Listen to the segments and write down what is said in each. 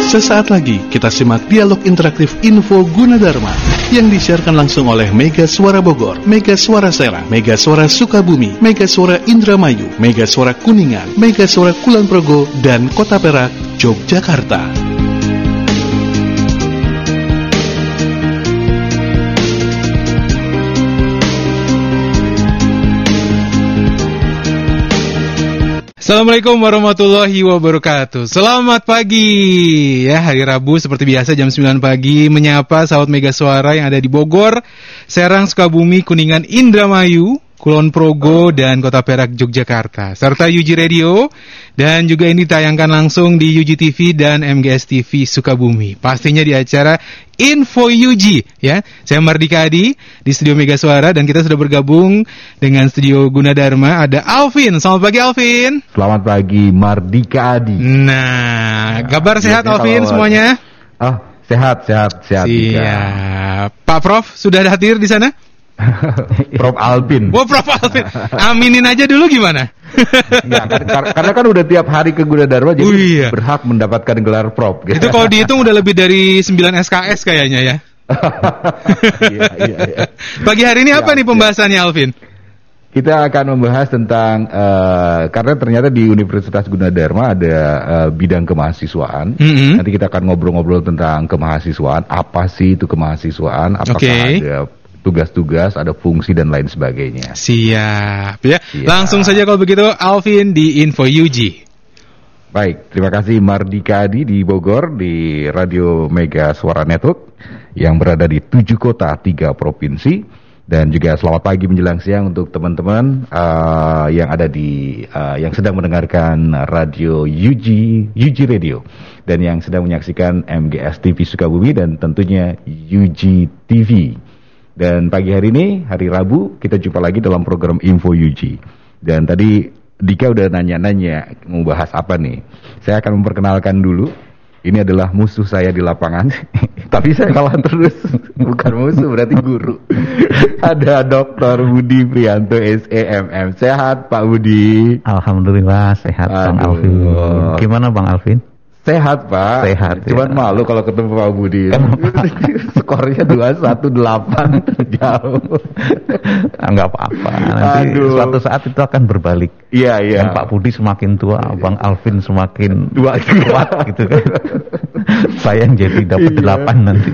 Sesaat lagi kita simak dialog interaktif Info Gunadarma yang disiarkan langsung oleh Mega Suara Bogor, Mega Suara Serang, Mega Suara Sukabumi, Mega Suara Indramayu, Mega Suara Kuningan, Mega Suara Kulon Progo, dan Kota Perak, Yogyakarta. Assalamualaikum warahmatullahi wabarakatuh. Selamat pagi. Ya, hari Rabu seperti biasa jam 9 pagi menyapa sahabat Mega Suara yang ada di Bogor, Serang, Sukabumi, Kuningan, Indramayu, Kulon Progo, dan Kota Perak, Yogyakarta, serta UG Radio, dan juga ini ditayangkan langsung di UG TV dan MGS TV Sukabumi. Pastinya di acara Info UG, ya. Saya Mardika Adi di studio Mega Suara, dan kita sudah bergabung dengan studio Gunadarma. Ada Alvin. Selamat pagi, Alvin. Selamat pagi, Mardika Adi. Nah, kabar sehat, Alvin, semuanya? Sehat. Siap. Pak Prof sudah hadir di sana? Prof Alvin. Prof Alvin. Aminin aja dulu gimana? Ya, karena kan udah tiap hari ke Gunadarma, jadi berhak mendapatkan gelar Prof. Gitu. Itu kalau dihitung udah lebih dari 9 SKS kayaknya ya. Iya. Pagi hari ini apa nih pembahasannya, Alvin? Kita akan membahas tentang karena ternyata di Universitas Gunadarma ada bidang kemahasiswaan. Nanti kita akan ngobrol-ngobrol tentang kemahasiswaan. Apa sih itu kemahasiswaan? Apakah ada tugas-tugas, ada fungsi dan lain sebagainya. Siap ya. Langsung saja kalau begitu, Alvin di Info UG. Baik, terima kasih Mardika Adi di Bogor di Radio Mega Suara Network yang berada di 7 kota 3 provinsi, dan juga selamat pagi menjelang siang untuk teman-teman yang ada di yang sedang mendengarkan radio UG Radio dan yang sedang menyaksikan MGS TV Sukabumi dan tentunya UG TV. Dan pagi hari ini, hari Rabu, kita jumpa lagi dalam program Info UG. Dan tadi Dika udah nanya-nanya mau bahas apa nih. Saya akan memperkenalkan dulu. Ini adalah musuh saya di lapangan. Tapi saya kalah terus. Bukan musuh, berarti guru. Ada Dr. Budi Prianto, SEMM. Sehat Pak Budi? Alhamdulillah sehat. Bang Alvin. Gimana Bang Alvin? Sehat Pak. Sehat. Cuman malu kalau ketemu Pak Budi. Skornya 218 jauh. Enggak apa-apa. Nanti suatu saat itu akan berbalik. Iya. Dan Pak Budi semakin tua, Bang Alvin semakin kuat gitu kan. Saya yang jadi dapat 8 nanti.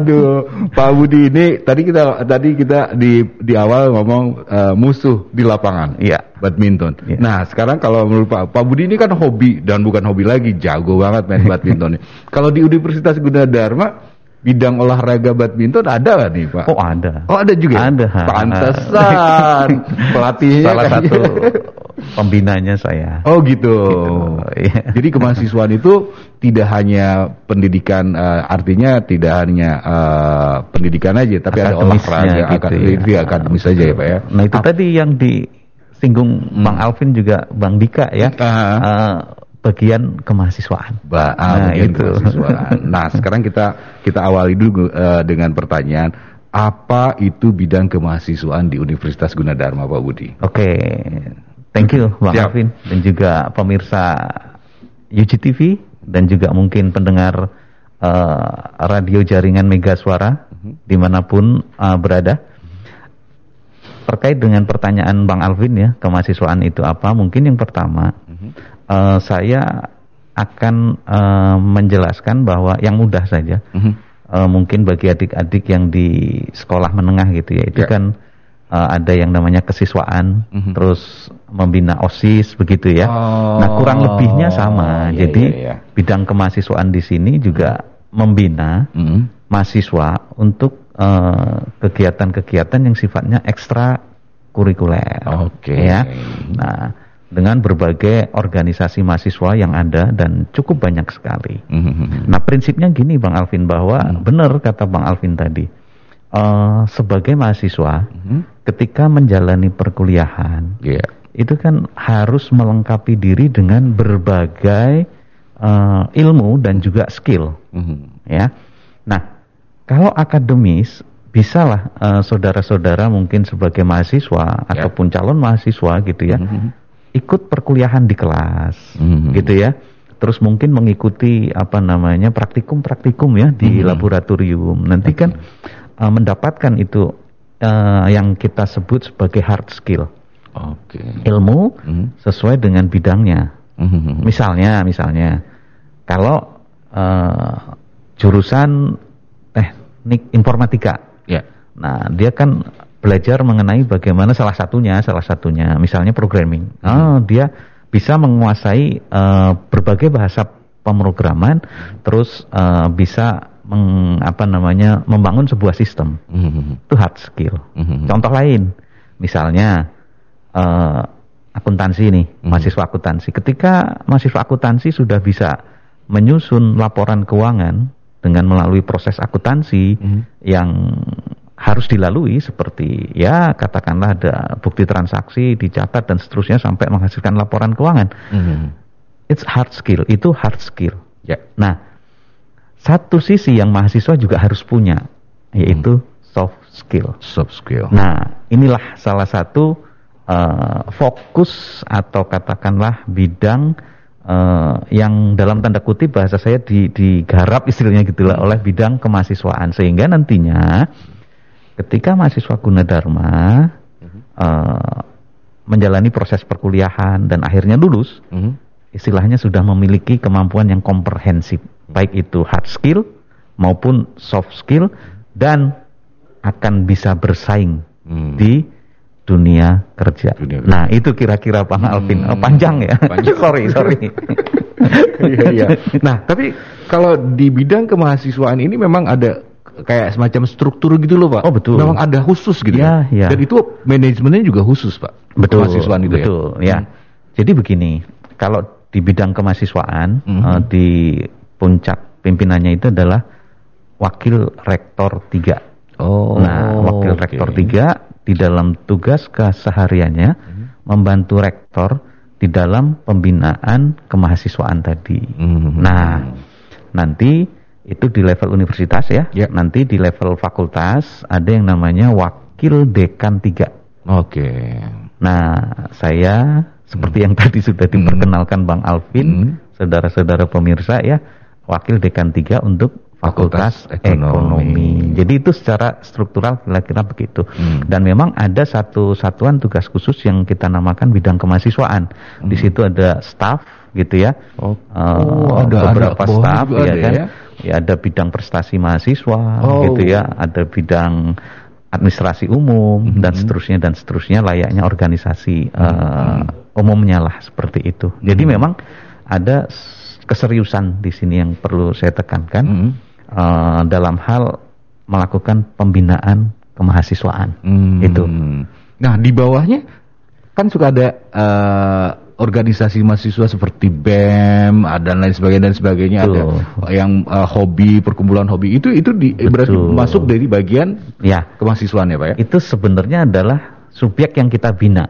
Pak Budi ini tadi kita di awal ngomong musuh di lapangan. Iya. Badminton. Yeah. Nah, sekarang kalau menurut Pak Budi ini kan hobi dan bukan hobi lagi, jago banget main badminton. Kalau di Universitas Gunadarma bidang olahraga badminton ada nggak nih Pak? Oh ada. Oh ada juga. Ada. Pantesan pelatihnya salah satu pembinanya saya. Oh gitu. Yeah. Jadi kemahasiswaan itu tidak hanya pendidikan, artinya tidak hanya pendidikan aja, tapi ada olahraga, akademis saja ya Pak ya. Nah itu tadi yang disinggung Bang Alvin juga Bang Dika ya. Bagian kemahasiswaan. Bagian kemahasiswaan. Nah, sekarang kita awali dulu dengan pertanyaan, apa itu bidang kemahasiswaan di Universitas Gunadarma, Pak Budi? Oke. Thank you Bang Alvin dan juga pemirsa UG TV dan juga mungkin pendengar radio jaringan Mega Suara dimanapun berada. Terkait dengan pertanyaan Bang Alvin ya, kemahasiswaan itu apa? Mungkin yang pertama saya akan menjelaskan bahwa yang mudah saja, mungkin bagi adik-adik yang di sekolah menengah gitu ya, itu kan ada yang namanya kesiswaan, terus membina OSIS begitu ya. Nah kurang lebihnya sama. Jadi bidang kemahasiswaan di sini juga membina mahasiswa untuk kegiatan-kegiatan yang sifatnya ekstra kurikuler. Ya. Nah dengan berbagai organisasi mahasiswa yang ada dan cukup banyak sekali. Nah prinsipnya gini Bang Alvin, bahwa benar kata Bang Alvin tadi, sebagai mahasiswa ketika menjalani perkuliahan itu kan harus melengkapi diri dengan berbagai ilmu dan juga skill. Ya. Nah kalau akademis bisalah saudara-saudara mungkin sebagai mahasiswa ataupun calon mahasiswa gitu ya, ikut perkuliahan di kelas gitu ya. terus mungkin mengikuti praktikum ya di laboratorium. Nanti kan mendapatkan itu yang kita sebut sebagai hard skill. Ilmu sesuai dengan bidangnya. Misalnya kalau jurusan teknik informatika, nah dia kan belajar mengenai bagaimana salah satunya misalnya programming. Dia bisa menguasai berbagai bahasa pemrograman, terus bisa membangun sebuah sistem. Itu hard skill. Contoh lain, misalnya akuntansi nih, mahasiswa akuntansi. Ketika mahasiswa akuntansi sudah bisa menyusun laporan keuangan dengan melalui proses akuntansi yang harus dilalui, seperti ya katakanlah ada bukti transaksi dicatat dan seterusnya sampai menghasilkan laporan keuangan. It's hard skill, itu hard skill. Nah, satu sisi yang mahasiswa juga harus punya, yaitu soft skill. Nah, inilah salah satu fokus atau katakanlah bidang yang dalam tanda kutip bahasa saya digarap istilahnya gitulah oleh bidang kemahasiswaan, sehingga nantinya ketika mahasiswa Gunadarma menjalani proses perkuliahan dan akhirnya lulus, istilahnya sudah memiliki kemampuan yang komprehensif, baik itu hard skill maupun soft skill, dan akan bisa bersaing di dunia kerja. Nah, itu kira-kira Bang Alvin. Panjang ya. sorry. Iya. Nah, tapi kalau di bidang kemahasiswaan ini memang ada kayak semacam struktur gitu loh, Pak. Oh, betul. Memang ada khusus gitu. Ya. Dan itu manajemennya juga khusus, Pak. Betul. Kemahasiswaan itu betul, ya. Jadi begini, kalau di bidang kemahasiswaan di puncak pimpinannya itu adalah wakil rektor 3. Nah, wakil rektor 3 di dalam tugas kesehariannya membantu rektor di dalam pembinaan kemahasiswaan tadi. Nah, nanti itu di level universitas ya. Nanti di level fakultas ada yang namanya wakil dekan 3. Nah, saya seperti yang tadi sudah diperkenalkan Bang Alvin, saudara-saudara pemirsa ya, wakil dekan 3 untuk Fakultas Ekonomi. Jadi itu secara struktural kira-kira begitu. Dan memang ada satu satuan tugas khusus yang kita namakan bidang kemahasiswaan. Di situ ada staff gitu ya. Ada beberapa staff ya kan. Ya, ada bidang prestasi mahasiswa gitu ya, ada bidang administrasi umum dan seterusnya layaknya organisasi umumnya lah seperti itu. Jadi memang ada keseriusan di sini yang perlu saya tekankan dalam hal melakukan pembinaan kemahasiswaan itu. Nah, di bawahnya kan suka ada organisasi mahasiswa seperti BEM, dan lain sebagainya. Ada yang hobi, perkumpulan hobi itu berarti masuk dari bagian kemahasiswaan ya, Pak ya? Itu sebenarnya adalah subjek yang kita bina.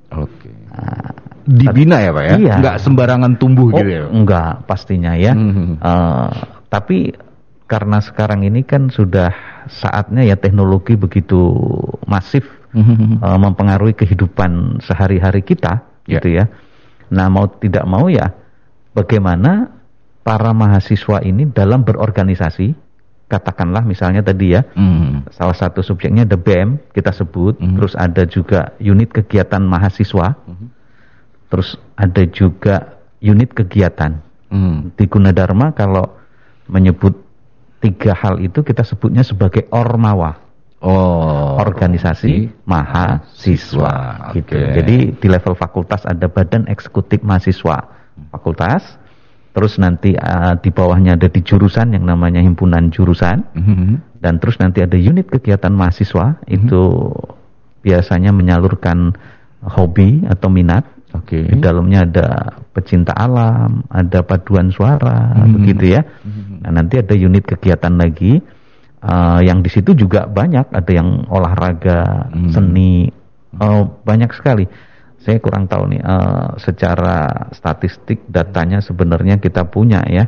Dibina ya, Pak ya? Iya. Nggak sembarangan tumbuh gitu ya? Enggak, pastinya ya. Tapi karena sekarang ini kan sudah saatnya ya teknologi begitu masif mempengaruhi kehidupan sehari-hari kita gitu ya. Nah, mau tidak mau ya bagaimana para mahasiswa ini dalam berorganisasi, katakanlah misalnya tadi ya, salah satu subjeknya ada BEM kita sebut, terus ada juga unit kegiatan mahasiswa, terus ada juga unit kegiatan. Di Gunadarma kalau menyebut 3 hal itu kita sebutnya sebagai Ormawa. Organisasi mahasiswa gitu. Jadi di level fakultas ada Badan Eksekutif Mahasiswa Fakultas. Terus nanti di bawahnya ada di jurusan yang namanya himpunan jurusan. Dan terus nanti ada unit kegiatan mahasiswa, itu biasanya menyalurkan hobi atau minat. Di dalamnya ada pecinta alam, ada paduan suara, begitu ya. Nah, nanti ada unit kegiatan lagi yang di situ juga banyak, ada yang olahraga, seni, banyak sekali. Saya kurang tahu nih secara statistik datanya sebenarnya kita punya ya.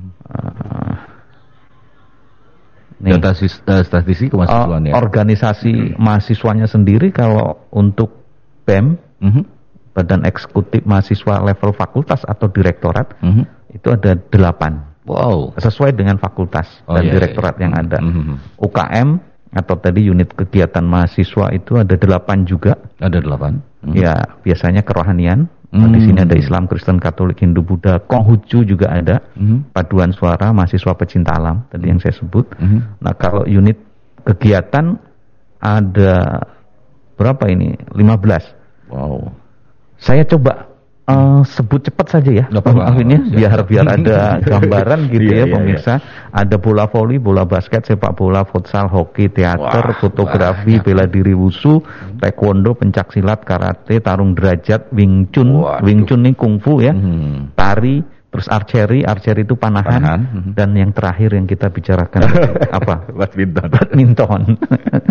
Data statistik kemahasiswaan ya. Organisasi mahasiswanya sendiri kalau untuk BEM, Badan Eksekutif Mahasiswa level fakultas atau direktorat, itu ada 8. Wow. Sesuai dengan fakultas dan direktorat yang ada. UKM atau tadi unit kegiatan mahasiswa itu ada 8 juga. Ada 8. Ya, biasanya kerohanian. Di sini ada Islam, Kristen, Katolik, Hindu, Buddha, Konghucu juga ada. Paduan suara, mahasiswa pecinta alam tadi yang saya sebut. Nah, kalau unit kegiatan ada berapa ini? 15. Wow. Saya coba sebut cepat saja ya, biar ada gambaran gitu ya pemirsa. Ada bola voli, bola basket, sepak bola, futsal, hoki, teater, fotografi, bela diri wushu, taekwondo, pencak silat, karate, tarung derajat, wing chun. Wing chun ini kungfu ya. Tari, terus archery itu panahan. Dan yang terakhir yang kita bicarakan apa? Badminton.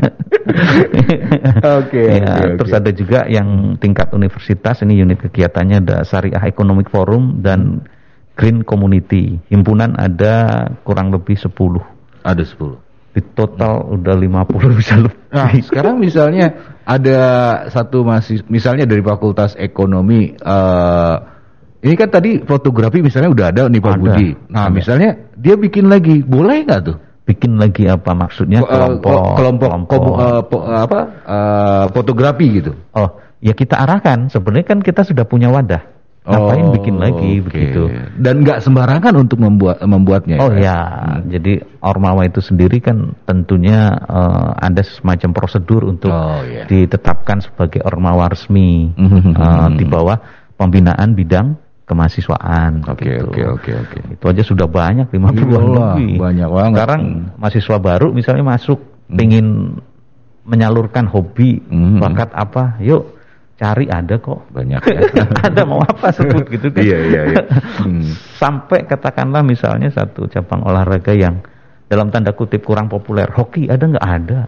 Terus ada juga yang tingkat universitas, ini unit kegiatannya ada Syariah Economic Forum dan Green Community. Himpunan ada kurang lebih 10. Ada 10. Di total udah 50 bisa lebih. Nah, sekarang misalnya ada satu misalnya dari Fakultas Ekonomi, ini kan tadi fotografi misalnya udah ada nih Pak Budi. Nah, misalnya dia bikin lagi, boleh nggak tuh? Bikin lagi apa maksudnya? Fotografi gitu. Oh, ya kita arahkan. Sebenarnya kan kita sudah punya wadah. Ngapain bikin lagi begitu? Dan nggak sembarangan untuk membuatnya. Oh ya, jadi Ormawa itu sendiri kan tentunya ada semacam prosedur untuk ditetapkan sebagai Ormawa resmi di bawah pembinaan bidang kemahasiswaan. Oke. Itu aja sudah banyak, 50-an lebih. Banyak banget. Sekarang mahasiswa baru misalnya masuk, pengen menyalurkan hobi, bakat apa, yuk cari, ada kok. Banyak ya. Ada, mau apa sebut gitu kan. Iya. Sampai katakanlah misalnya satu cabang olahraga yang dalam tanda kutip kurang populer, hoki, ada nggak? Ada.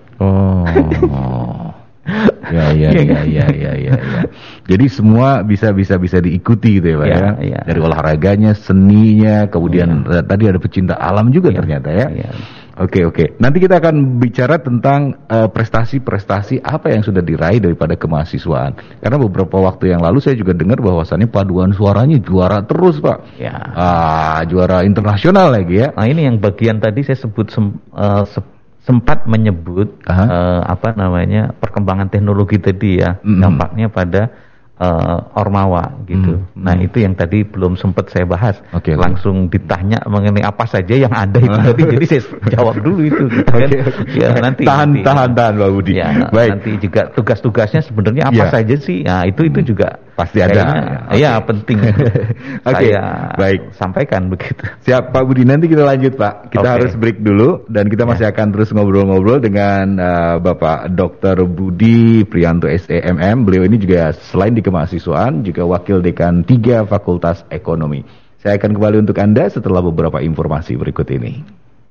Ya. Jadi semua bisa diikuti gitu ya Pak ya. Dari olahraganya, seninya, kemudian tadi ada pecinta alam juga ternyata ya. Oke. Nanti kita akan bicara tentang prestasi-prestasi apa yang sudah diraih daripada kemahasiswaan. Karena beberapa waktu yang lalu saya juga dengar bahwasannya paduan suaranya juara terus Pak. Juara internasional lagi ya. Nah, ini yang bagian tadi saya sebut sempat menyebut perkembangan teknologi tadi ya, dampaknya pada Ormawa gitu. Nah, itu yang tadi belum sempat saya bahas. Langsung ditanya mengenai apa saja yang ada itu tadi. Jadi saya jawab dulu itu gitu kan. Nanti tahan Pak Budi. Baik. Nanti juga tugas-tugasnya sebenarnya apa saja sih? Nah, itu juga pasti ada. Penting. Saya sampaikan begitu. Siap Pak Budi, nanti kita lanjut Pak. Kita harus break dulu dan kita masih akan terus ngobrol-ngobrol dengan Bapak Dr. Budi Prianto SEMM. Beliau ini juga selain di kemahasiswaan juga Wakil Dekan 3 Fakultas Ekonomi. Saya akan kembali untuk Anda setelah beberapa informasi berikut ini.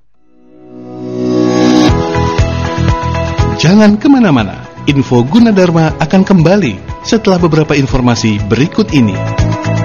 Jangan kemana-mana. Info Gunadarma akan kembali setelah beberapa informasi berikut ini.